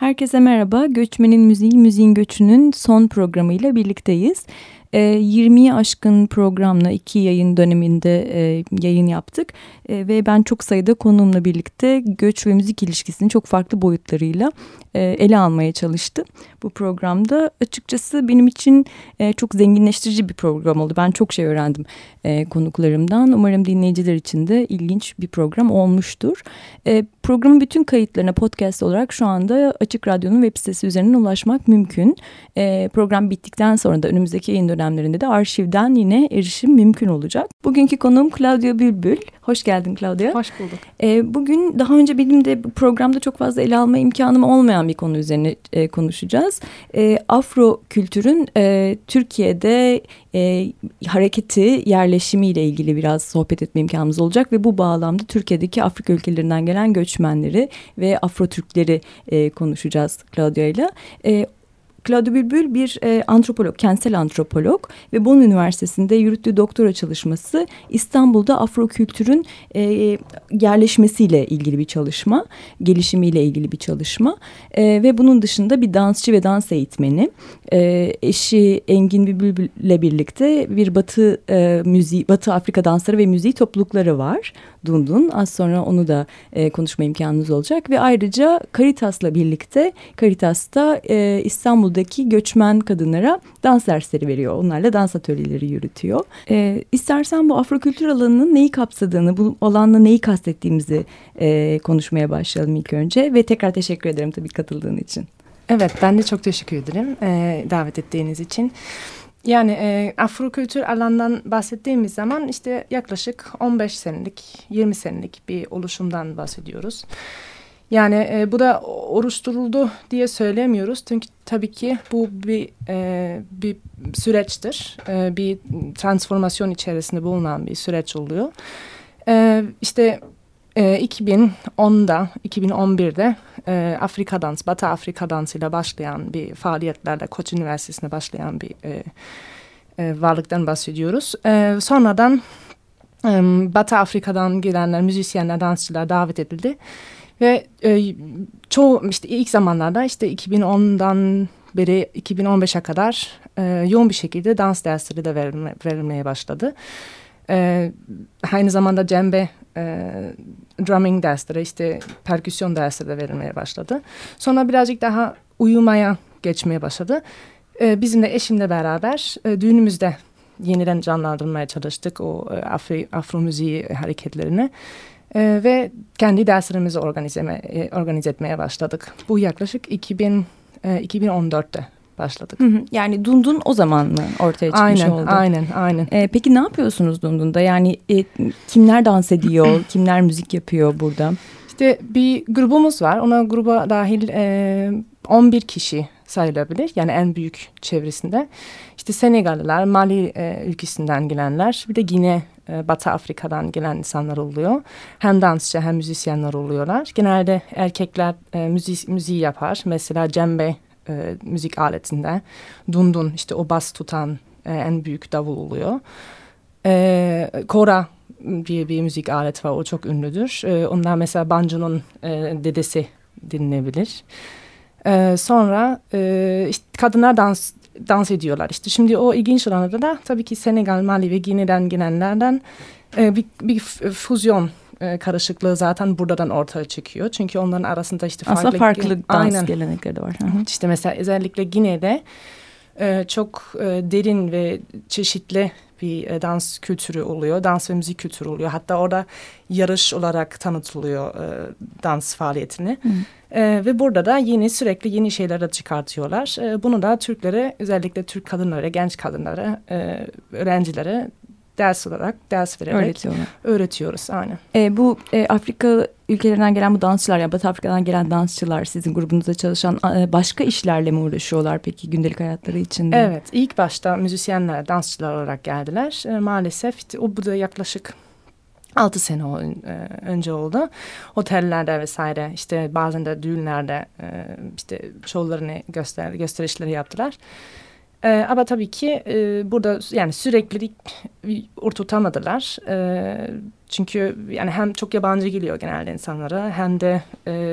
Herkese merhaba. Göçmenin Müziği, Müziğin Göçü'nün son programıyla birlikteyiz. 20'yi aşkın programla 2 yayın döneminde yayın yaptık. Ve ben çok sayıda konuğumla birlikte göç ve müzik ilişkisini çok farklı boyutlarıyla ele almaya çalıştım. Bu programda açıkçası benim için çok zenginleştirici bir program oldu. Ben çok şey öğrendim konuklarımdan. Umarım dinleyiciler için de ilginç bir program olmuştur. Programın bütün kayıtlarına podcast olarak şu anda Açık Radyo'nun web sitesi üzerinden ulaşmak mümkün. Program bittikten sonra da önümüzdeki yayın dönemlerinde de arşivden yine erişim mümkün olacak. Bugünkü konuğum Claudia Bülbül. Hoş geldin Claudia. Hoş bulduk. Bugün daha önce benim de bu programda çok fazla ele alma imkanım olmayan bir konu üzerine konuşacağız. Afro kültürün Türkiye'de hareketi, yerleşimiyle ilgili biraz sohbet etme imkanımız olacak ve bu bağlamda Türkiye'deki Afrika ülkelerinden gelen göçmenleri ve Afro Türkleri konuşacağız Claudia ile. Claudia Bülbül bir antropolog, kentsel antropolog ve Bonn Üniversitesi'nde yürüttüğü doktora çalışması İstanbul'da Afro kültürün yerleşmesiyle ilgili bir çalışma, gelişimiyle ilgili bir çalışma ve bunun dışında bir dansçı ve dans eğitmeni. Eşi Engin Bülbül'le birlikte bir Batı Afrika dansları ve müziği toplulukları var. Dundun. Az sonra onu da konuşma imkanınız olacak ve ayrıca Caritas'la birlikte Caritas'ta İstanbul'daki göçmen kadınlara dans dersleri veriyor. Onlarla dans atölyeleri yürütüyor. İstersen bu Afrokültür alanının neyi kapsadığını, bu alanla neyi kastettiğimizi konuşmaya başlayalım ilk önce ve tekrar teşekkür ederim tabii katıldığın için. Evet, ben de çok teşekkür ederim davet ettiğiniz için. Yani Afrokültür alandan bahsettiğimiz zaman işte yaklaşık 15 senelik, 20 senelik bir oluşumdan bahsediyoruz. Yani bu da oluşturuldu diye söylemiyoruz. Çünkü tabii ki bu bir süreçtir. Bir transformasyon içerisinde bulunan bir süreç oluyor. İşte 2010'da, 2011'de Batı Afrika dansıyla başlayan bir faaliyetlerle Koç Üniversitesi'ne başlayan bir varlıktan bahsediyoruz. Sonradan Batı Afrika'dan gelenler, müzisyenler, dansçılar davet edildi. Ve çoğu işte ilk zamanlarda işte 2010'dan beri 2015'e kadar yoğun bir şekilde dans dersleri de verilmeye başladı. Aynı zamanda cembe, drumming dersleri, işte perküsyon dersleri de verilmeye başladı. Sonra birazcık daha uyumaya geçmeye başladı. Bizim de eşimle beraber düğünümüzde yeniden canlandırmaya çalıştık o Afro müziği hareketlerini. Ve kendi derslerimizi organize etmeye başladık. Bu yaklaşık 2014'te başladık. Yani Dundun o zaman mı ortaya çıkmış oldu? Aynen. Peki ne yapıyorsunuz Dundun'da? Yani kimler dans ediyor, kimler müzik yapıyor burada? İşte bir grubumuz var. Ona gruba dahil 11 kişi sayılabilir. Yani en büyük çevresinde. İşte Senegalliler, Mali ülkesinden gelenler, bir de Gine, Batı Afrika'dan gelen insanlar oluyor. Hem dansçı hem müzisyenler oluyorlar. Genelde erkekler müziği yapar. Mesela cembe müzik aletinde. Dundun, işte o bas tutan en büyük davul oluyor. Kora diye bir müzik aleti var. O çok ünlüdür. Ondan mesela banjonun dedesi dinlenebilir. Sonra işte kadınlar dans ediyorlar. İşte şimdi o ilginç olanlarda da tabii ki Senegal, Mali ve Gine'den gelenlerden bir füzyon karışıklığı zaten buradan ortaya çıkıyor. Çünkü onların arasında işte farklı dans gelenekleri de var. İşte mesela özellikle Gine'de çok derin ve çeşitli bir dans kültürü oluyor. Dans ve müzik kültürü oluyor. Hatta orada yarış olarak tanıtılıyor dans faaliyetini. Ve burada da sürekli yeni şeyler de çıkartıyorlar. Bunu da Türklere, özellikle Türk kadınlara, genç kadınlara, öğrencilere ders vererek öğretiyoruz. Aynen. Bu Afrika ülkelerinden gelen bu dansçılar, yani Batı Afrika'dan gelen dansçılar sizin grubunuzda çalışan başka işlerle mi uğraşıyorlar peki gündelik hayatları içinde? Evet, ilk başta müzisyenler, dansçılar olarak geldiler. Maalesef bu da yaklaşık 6 sene önce oldu. Otellerde vesaire, işte bazen de düğünlerde işte şovlarını gösterişleri yaptılar. Ama tabii ki burada yani sürekli oturtamadılar. Çünkü yani hem çok yabancı geliyor genelde insanlara, hem de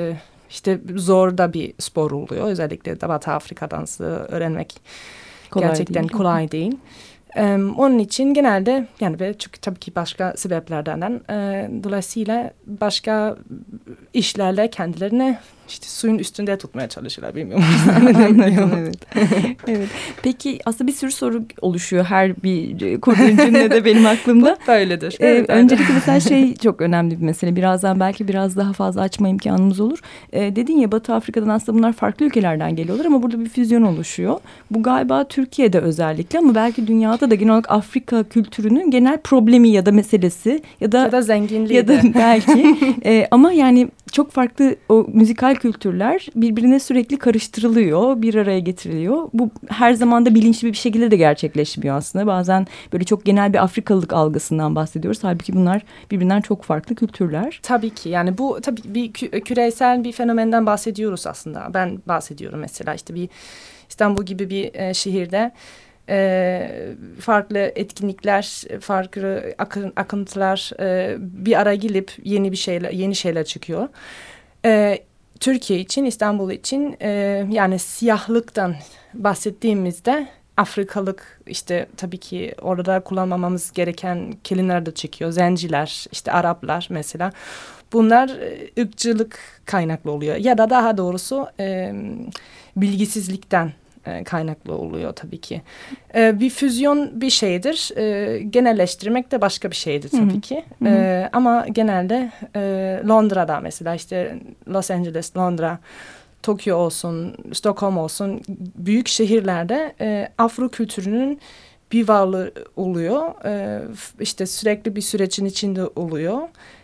işte zor da bir spor oluyor. Özellikle de Batı Afrika dansı öğrenmek gerçekten kolay değil. Onun için genelde yani ve çünkü tabii ki başka sebeplerden dolayısıyla başka işlerle kendilerini işte suyun üstünde tutmaya çalışıyorlar, bilmiyorum. Evet. Evet. Peki aslında bir sürü soru oluşuyor her bir kurduğun cümlede benim aklımda. Böyledir. Öncelikle mesela çok önemli bir mesele. Birazdan belki biraz daha fazla açma imkanımız olur. Dedin ya Batı Afrika'dan aslında bunlar farklı ülkelerden geliyorlar ama burada bir füzyon oluşuyor. Bu galiba Türkiye'de özellikle ama belki dünyada da genel olarak Afrika kültürünün genel problemi ya da meselesi ya da zenginliği ya da belki ama yani çok farklı o müzikal kültürler birbirine sürekli karıştırılıyor, bir araya getiriliyor. Bu her zaman da bilinçli bir şekilde de gerçekleşmiyor aslında. Bazen böyle çok genel bir Afrikalılık algısından bahsediyoruz. Halbuki bunlar birbirinden çok farklı kültürler. Tabii ki yani bu tabii bir küresel bir fenomenden bahsediyoruz aslında. Ben bahsediyorum mesela işte bir İstanbul gibi bir şehirde farklı etkinlikler, farklı akıntılar bir araya gelip yeni şeyler çıkıyor. Türkiye için, İstanbul için yani siyahlıktan bahsettiğimizde Afrikalık işte tabii ki orada kullanmamamız gereken kelimeler de çıkıyor. Zenciler, işte Araplar mesela. Bunlar ırkçılık kaynaklı oluyor ya da daha doğrusu bilgisizlikten kaynaklı oluyor tabii ki. Bir füzyon bir şeydir. Genelleştirmek de başka bir şeydir tabii ki. Ama genelde Londra'da mesela işte Los Angeles, Londra, Tokyo olsun, Stockholm olsun büyük şehirlerde Afro kültürünün bir varlığı oluyor. İşte sürekli bir sürecin içinde oluyor.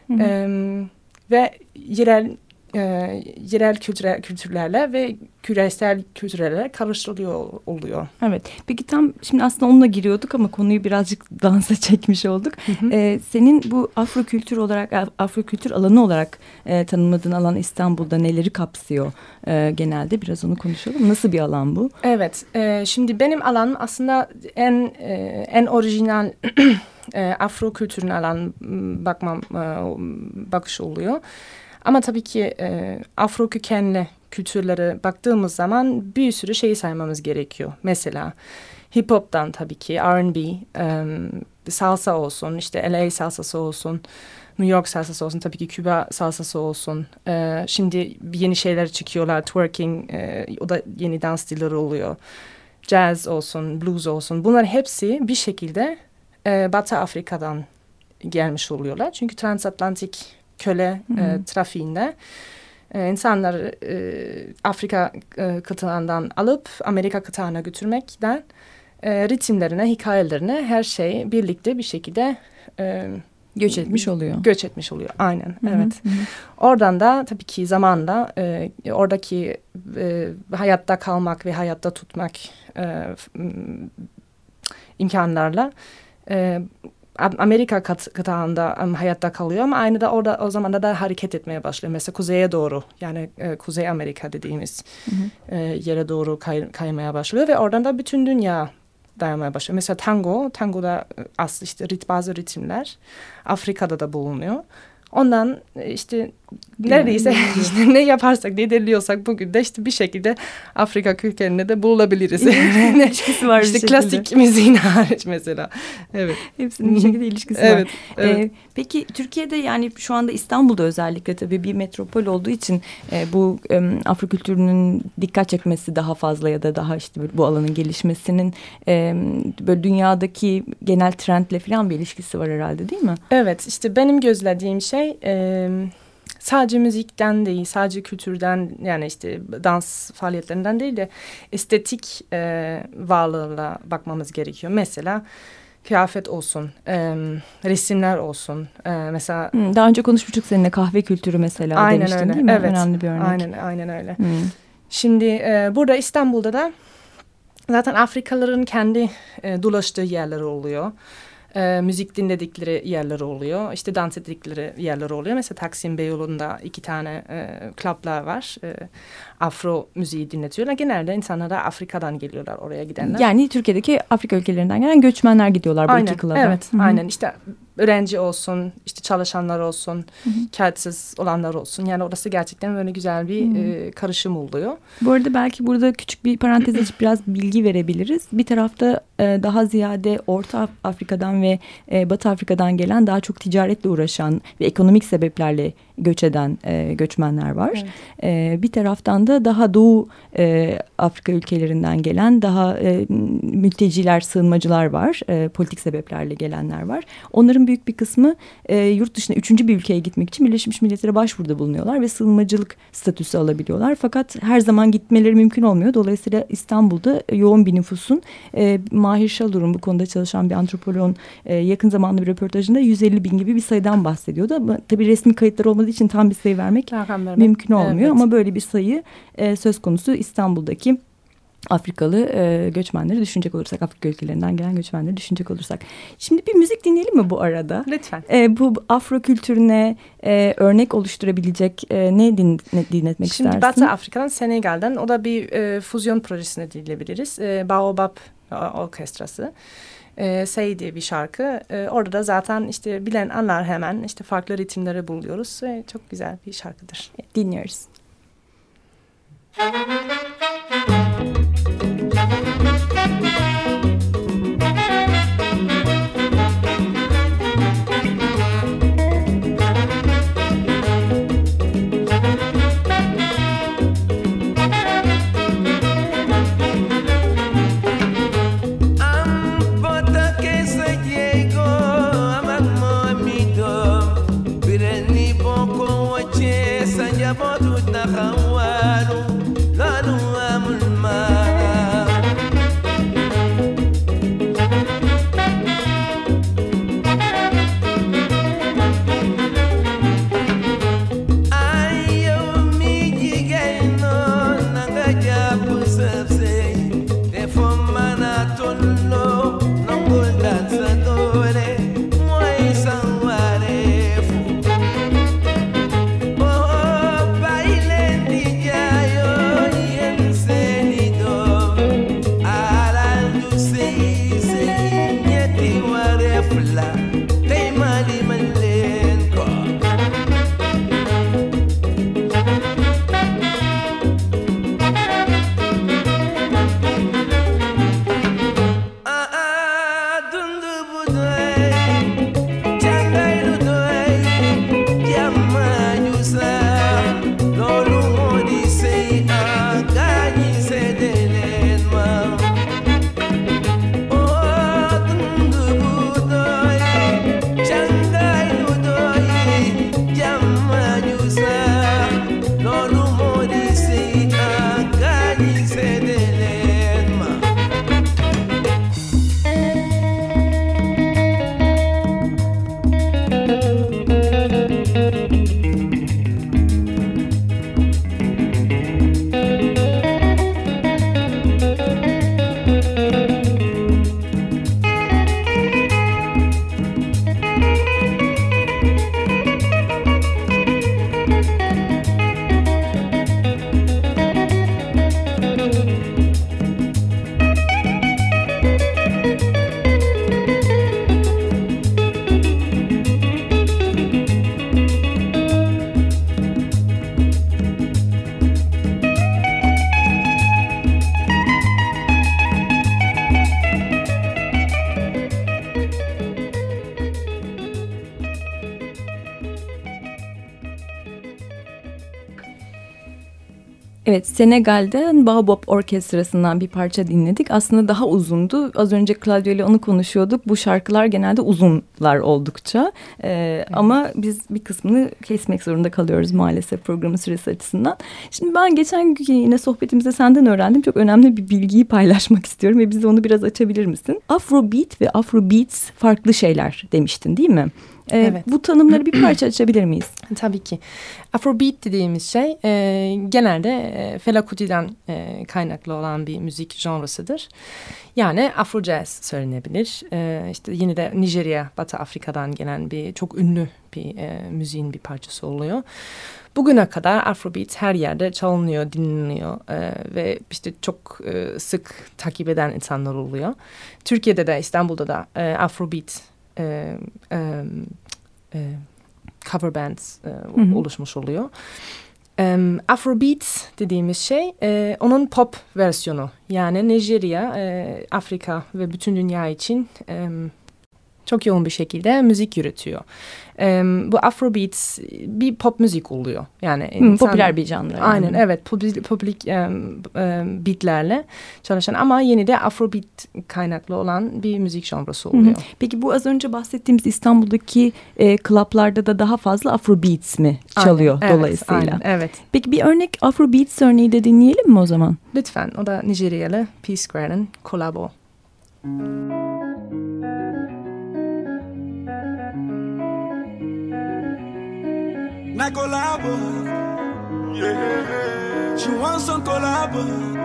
Ve yerel kültürlerle ve küresel kültürlerle karıştırılıyor oluyor. Evet. Peki tam şimdi aslında onunla giriyorduk ama konuyu birazcık dansa çekmiş olduk. Senin bu Afro kültür alanı olarak tanımladığın alan İstanbul'da neleri kapsıyor genelde? Biraz onu konuşalım. Nasıl bir alan bu? Evet. Şimdi benim alanım aslında en orijinal Afro kültürün alan bakış oluyor. Ama tabii ki Afro kökenli kültürlere baktığımız zaman bir sürü şeyi saymamız gerekiyor. Mesela hip hop'tan tabii ki R&B, salsa olsun, işte LA salsası olsun, New York salsası olsun, tabii ki Küba salsası olsun. Şimdi yeni şeyler çıkıyorlar, twerking, o da yeni dans stilleri oluyor. Jazz olsun, blues olsun, bunlar hepsi bir şekilde Batı Afrika'dan gelmiş oluyorlar. Çünkü transatlantik köle trafiğinde insanlar Afrika kıtağından alıp Amerika kıtağına götürmekten ritimlerine, hikayelerine her şey birlikte bir şekilde göç etmiş oluyor. Göç etmiş oluyor, aynen. Evet. Oradan da tabii ki zamanla oradaki hayatta kalmak ve hayatta tutmak imkanlarla Amerika kıtağında hayatta kalıyor ama aynı da orada o zaman da hareket etmeye başlıyor. Mesela kuzeye doğru, yani Kuzey Amerika dediğimiz yere doğru kaymaya başlıyor ve oradan da bütün dünya dayanmaya başlıyor. Mesela tangoda aslında işte bazı ritimler Afrika'da da bulunuyor. Ondan işte neredeyse işte ne yaparsak, ne deliliyorsak bugün de işte bir şekilde Afrika kökenine de bulabiliriz. İlişkisi var işte klasik müziğin hariç mesela. Evet. Hepsinin bir şekilde ilişkisi var. Evet. Peki Türkiye'de yani şu anda İstanbul'da özellikle tabii bir metropol olduğu için bu Afro kültürünün dikkat çekmesi daha fazla ya da daha işte bu alanın gelişmesinin böyle dünyadaki genel trendle falan bir ilişkisi var herhalde, değil mi? Evet, işte benim gözlediğim şey sadece müzikten değil, sadece kültürden, yani işte dans faaliyetlerinden değil de estetik varlığına bakmamız gerekiyor. Mesela kıyafet olsun, resimler olsun. Mesela daha önce konuşmuştuk seninle kahve kültürü mesela, aynen demiştin öyle. Değil mi? Evet. Önemli bir örnek. Aynen öyle. Şimdi burada İstanbul'da da zaten Afrikalıların kendi dolaştığı yerler oluyor. Müzik dinledikleri yerler oluyor. İşte dans ettikleri yerler oluyor. Mesela Taksim Beyoğlu'nda 2 tane club'lar var. Afro müziği dinletiyorlar. Genelde insanlar da Afrika'dan geliyorlar oraya gidenler. Yani Türkiye'deki Afrika ülkelerinden gelen göçmenler gidiyorlar bu iki klaba. Evet, aynen. İşte öğrenci olsun, işte çalışanlar olsun, kağıtsız olanlar olsun. Yani orası gerçekten böyle güzel bir karışım oluyor. Bu arada belki burada küçük bir parantez açıp biraz bilgi verebiliriz. Bir tarafta daha ziyade Orta Afrika'dan ve Batı Afrika'dan gelen, daha çok ticaretle uğraşan ve ekonomik sebeplerle göç eden göçmenler var. Evet. Bir taraftan da daha Doğu Afrika ülkelerinden gelen daha mülteciler, sığınmacılar var. Politik sebeplerle gelenler var. Onların büyük bir kısmı yurt dışına 3. bir ülkeye gitmek için Birleşmiş Milletler'e başvuruda bulunuyorlar ve sığınmacılık statüsü alabiliyorlar. Fakat her zaman gitmeleri mümkün olmuyor. Dolayısıyla İstanbul'da yoğun bir nüfusun, Mahir Şalur'un bu konuda çalışan bir antropoloğun yakın zamanda bir röportajında 150 bin gibi bir sayıdan bahsediyordu. Ama tabii resmi kayıtlar olmadığı için tam bir sayı vermek mümkün olmuyor. Evet. Ama böyle bir sayı söz konusu İstanbul'daki Afrikalı göçmenleri düşünecek olursak, Afrika ülkelerinden gelen göçmenleri düşünecek olursak. Şimdi bir müzik dinleyelim mi bu arada? Lütfen. Bu Afro kültürüne örnek oluşturabilecek ne dinletmek istersin? Şimdi Batı Afrika'dan, Senegal'den, o da bir füzyon projesine dinleyebiliriz. Baobab Orkestrası. Say diye bir şarkı. Orada da zaten işte bilen anlar hemen, işte farklı ritimleri buluyoruz. Çok güzel bir şarkıdır. Dinliyoruz. Evet, Senegal'den Baobab Orkestrası'ndan bir parça dinledik. Aslında daha uzundu. Az önce Claudio ile onu konuşuyorduk. Bu şarkılar genelde uzunlar oldukça. Evet. Ama biz bir kısmını kesmek zorunda kalıyoruz maalesef programın süresi açısından. Şimdi ben geçen gün yine sohbetimizde senden öğrendim. Çok önemli bir bilgiyi paylaşmak istiyorum ve bize onu biraz açabilir misin? Afrobeat ve Afrobeats farklı şeyler demiştin, değil mi? Evet. Bu tanımları bir parça açabilir miyiz? Tabii ki. Afrobeat dediğimiz şey genelde Fela Kuti'den kaynaklı olan bir müzik janrasıdır. Yani Afro Jazz söylenebilir. İşte yine de Nijerya, Batı Afrika'dan gelen bir çok ünlü bir müziğin bir parçası oluyor. Bugüne kadar Afrobeat her yerde çalınıyor, dinleniyor ve işte çok sık takip eden insanlar oluyor. Türkiye'de de İstanbul'da da Afrobeat cover bands oluşmuş oluyor. Afrobeat dediğimiz şey onun pop versiyonu. Yani Nijerya, Afrika ve bütün dünya için çok yoğun bir şekilde müzik üretiyor. Bu Afrobeat bir pop müzik oluyor. Yani popüler bir janr. Yani. Aynen, evet, popüler beatlerle çalışan ama yine de Afrobeat kaynaklı olan bir müzik janrası oluyor. Peki bu az önce bahsettiğimiz İstanbul'daki klaplarda da daha fazla Afrobeats mi çalıyor aynen, dolayısıyla? Aynen, evet. Peki bir örnek Afrobeats örneği de dinleyelim mi o zaman? Lütfen, o da Nijeryalı P-Square'ın Kolabo. Na collabo, yeah. She wants some collabo.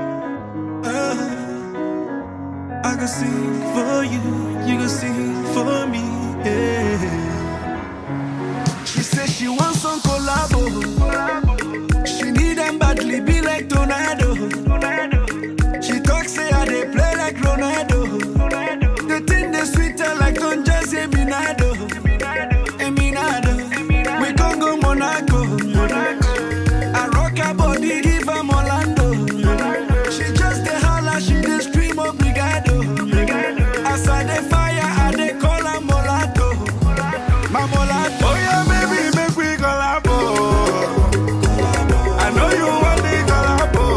I can sing for you, you can sing for me. Yeah. She says she wants some collabo. She need them badly, be like tornado. She talks say I they play like Ronaldo. The thing they sweeter like Don Jazzy Minado. Eminado. We gon' go Monaco. I rock her body, give her Orlando. She just the holla, she the scream obrigado. As I the fire, I the call her Molato. My Molato. Oh yeah, baby, make we collabo. I know you want the collabo.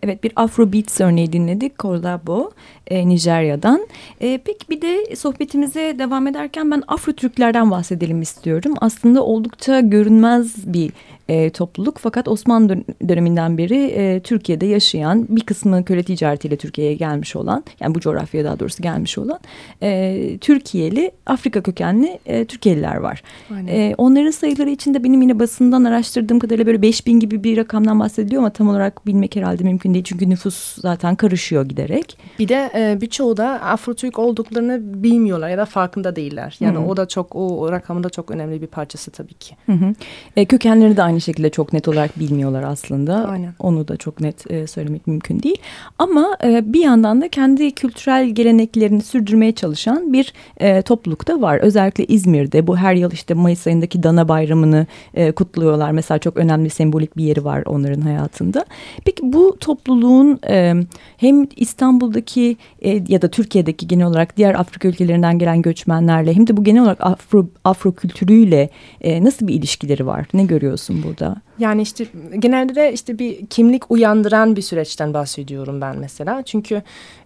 Evet, bir Afrobeats örneği dinledik. Kolabo, Nijerya'dan. Peki bir de sohbetimize devam ederken ben Afro Türklerden bahsedelim istiyorum. Aslında oldukça görünmez bir topluluk, fakat Osmanlı döneminden beri Türkiye'de yaşayan, bir kısmı köle ticaretiyle Türkiye'ye gelmiş olan, yani bu coğrafyaya daha doğrusu gelmiş olan Türkiye'li, Afrika kökenli Türkiye'liler var. Onların sayıları içinde benim yine basından araştırdığım kadarıyla böyle 5000 gibi bir rakamdan bahsediliyor ama tam olarak bilmek herhalde mümkün değil. Çünkü nüfus zaten karışıyor giderek. Bir de birçoğu da Afro-Türk olduklarını bilmiyorlar ya da farkında değiller. Yani o da çok, o rakamın da çok önemli bir parçası tabii ki. Kökenleri de aynı şekilde çok net olarak bilmiyorlar aslında. Aynen. Onu da çok net söylemek mümkün değil. Ama bir yandan da kendi kültürel geleneklerini sürdürmeye çalışan bir topluluk da var. Özellikle İzmir'de bu her yıl işte Mayıs ayındaki Dana Bayramı'nı kutluyorlar. Mesela çok önemli sembolik bir yeri var onların hayatında. Peki bu topluluğun hem İstanbul'daki ya da Türkiye'deki genel olarak diğer Afrika ülkelerinden gelen göçmenlerle hem de bu genel olarak Afro kültürüyle nasıl bir ilişkileri var? Ne görüyorsun burada? Yani işte genelde de işte bir kimlik uyandıran bir süreçten bahsediyorum ben mesela. Çünkü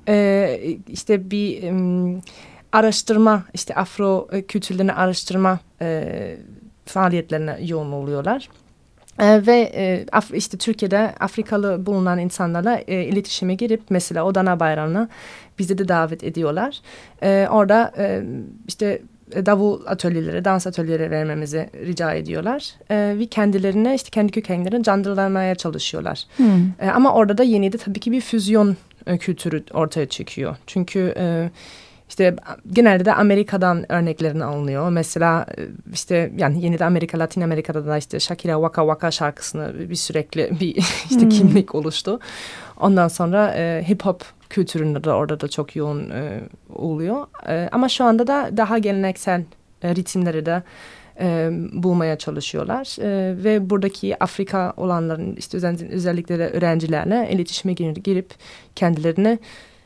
işte bir araştırma, işte Afro kültürlerini araştırma faaliyetlerine yoğun oluyorlar. Ve işte Türkiye'de Afrikalı bulunan insanlarla iletişime girip mesela o Dana Bayramı'na bizi de davet ediyorlar. Orada işte davul atölyeleri, dans atölyeleri vermemizi rica ediyorlar. Ve kendilerine işte kendi kökenlerini canlandırmaya çalışıyorlar. Ama orada da yeni de tabii ki bir füzyon kültürü ortaya çıkıyor. Çünkü İşte genelde de Amerika'dan örneklerini alınıyor. Mesela işte yani yeni de Amerika, Latin Amerika'da da işte Shakira Waka Waka şarkısını bir sürekli bir işte kimlik oluştu. Ondan sonra hip hop kültüründe de orada da çok yoğun oluyor. Ama şu anda da daha geleneksel ritimleri de bulmaya çalışıyorlar. Ve buradaki Afrika olanların işte özellikle de öğrencilerle iletişime girip kendilerine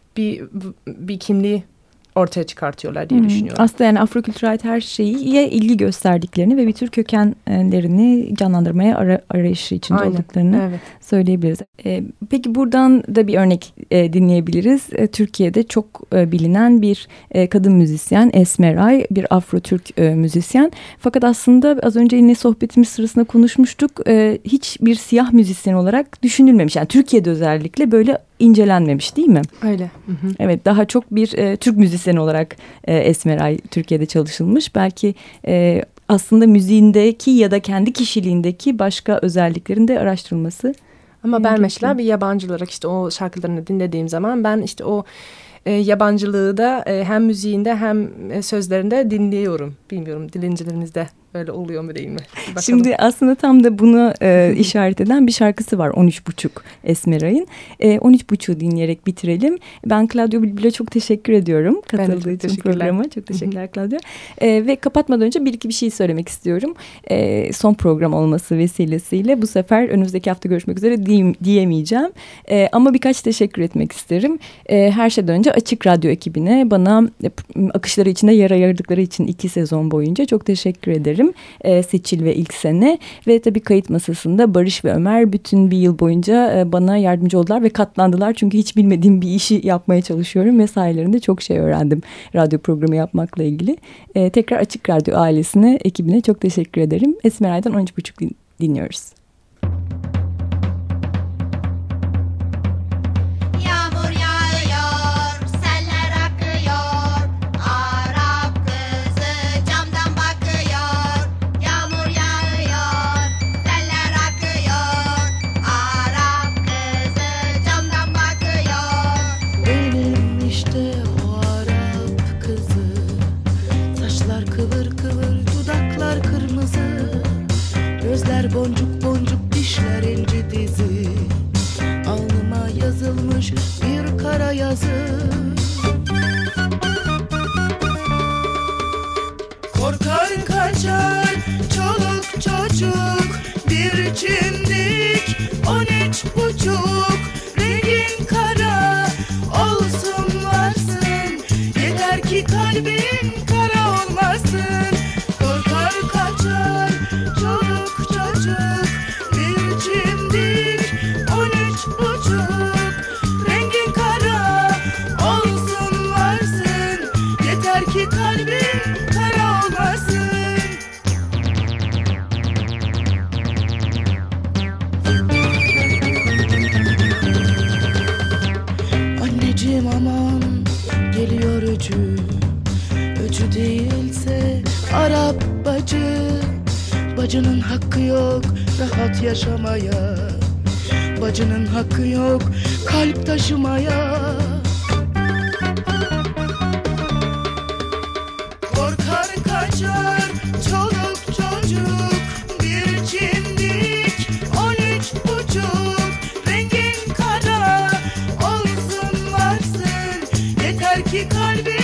bir kimliği ortaya çıkartıyorlar diye düşünüyorum. Aslında yani Afro-kültüre ait her şeye ilgi gösterdiklerini ve bir tür kökenlerini canlandırmaya arayışı içinde olduklarını söyleyebiliriz. Peki buradan da bir örnek dinleyebiliriz. Türkiye'de çok bilinen bir kadın müzisyen Esmeray, bir Afro-Türk müzisyen. Fakat aslında az önce yine sohbetimiz sırasında konuşmuştuk. Hiç bir siyah müzisyen olarak düşünülmemiş. Yani Türkiye'de özellikle böyle incelenmemiş değil mi? Öyle. Evet, daha çok bir Türk müzisyeni olarak Esmeray Türkiye'de çalışılmış. Belki aslında müziğindeki ya da kendi kişiliğindeki başka özelliklerin de araştırılması. Ama ben mesela bir yabancı olarak işte o şarkılarını dinlediğim zaman ben işte o yabancılığı da hem müziğinde hem sözlerinde dinliyorum. Bilmiyorum dilencilerinizde öyle oluyor mu değil mi? Bakalım. Şimdi aslında tam da bunu işaret eden bir şarkısı var 13.5 Esmeray'ın. 13.5'u dinleyerek bitirelim. Ben Claudio Bülbül'e çok teşekkür ediyorum katıldığı için programa. Çok teşekkürler Claudio. Ve kapatmadan önce bir iki bir şey söylemek istiyorum. Son program olması vesilesiyle bu sefer önümüzdeki hafta görüşmek üzere diyemeyeceğim. Ama birkaç teşekkür etmek isterim. Her şeyden önce Açık Radyo ekibine bana akışları içinde yer ayırdıkları için 2 sezon boyunca çok teşekkür ederim. Seçil ve ilk sene ve tabii kayıt masasında Barış ve Ömer bütün bir yıl boyunca bana yardımcı oldular ve katlandılar. Çünkü hiç bilmediğim bir işi yapmaya çalışıyorum ve sayelerinde çok şey öğrendim radyo programı yapmakla ilgili. Tekrar Açık Radyo ailesine, ekibine çok teşekkür ederim. Esmeray'dan 13.5 dinliyoruz. Boncuk boncuk dişler inci dizi, alnıma yazılmış bir kara yazı. Korkar kaçar çoluk çocuk, bir çimdik 13.5. Rengin kara olsun varsın, yeter ki kalbin kara olmasın. Korkar kaçar çoluk çocuk, bir çimdik 13.5. öcü değilse Arap bacı. Bacının hakkı yok rahat yaşamaya, bacının hakkı yok kalp taşımaya. Korkar kaçar çoluk çocuk, bir çimdik 13,5. Rengin kara olsun varsın, yeter ki kalbin